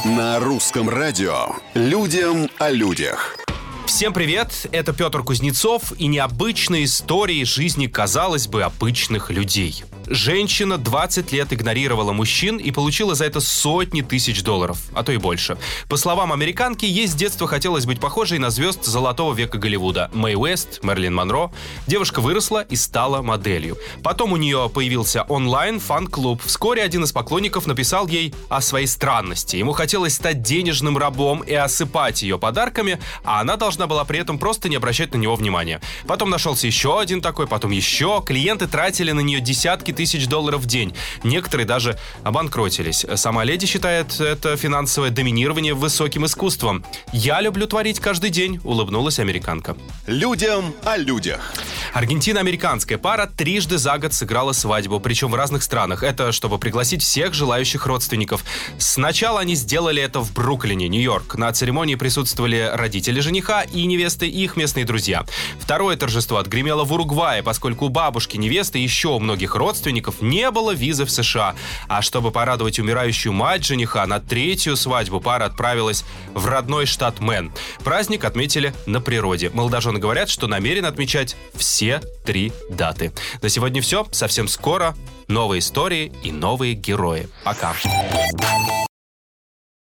На русском радио «Людям о людях». Всем привет, это Петр Кузнецов и необычные истории жизни, казалось бы, обычных людей. Женщина 20 лет игнорировала мужчин и получила за это сотни тысяч долларов, а то и больше. По словам американки, ей с детства хотелось быть похожей на звезд золотого века Голливуда. Мэй Уэст, Мэрилин Монро. Девушка выросла и стала моделью. Потом у нее появился онлайн-фан-клуб. Вскоре один из поклонников написал ей о своей странности. Ему хотелось стать денежным рабом и осыпать ее подарками, а она должна была при этом просто не обращать на него внимания. Потом нашелся еще один такой, потом еще. Клиенты тратили на нее десятки тысяч долларов в день. Некоторые даже обанкротились. Сама леди считает это финансовое доминирование высоким искусством. «Я люблю творить каждый день», — улыбнулась американка. Людям о людях. Аргентино-американская пара трижды за год сыграла свадьбу, причем в разных странах. Это чтобы пригласить всех желающих родственников. Сначала они сделали это в Бруклине, Нью-Йорк. На церемонии присутствовали родители жениха и невесты и их местные друзья. Второе торжество отгремело в Уругвае, поскольку у бабушки невесты и еще у многих родственников не было визы в США. А чтобы порадовать умирающую мать жениха, на третью свадьбу пара отправилась в родной штат Мэн. Праздник отметили на природе. Молодожены говорят, что намерены отмечать все 3 даты. На сегодня все. Совсем скоро новые истории и новые герои. Пока.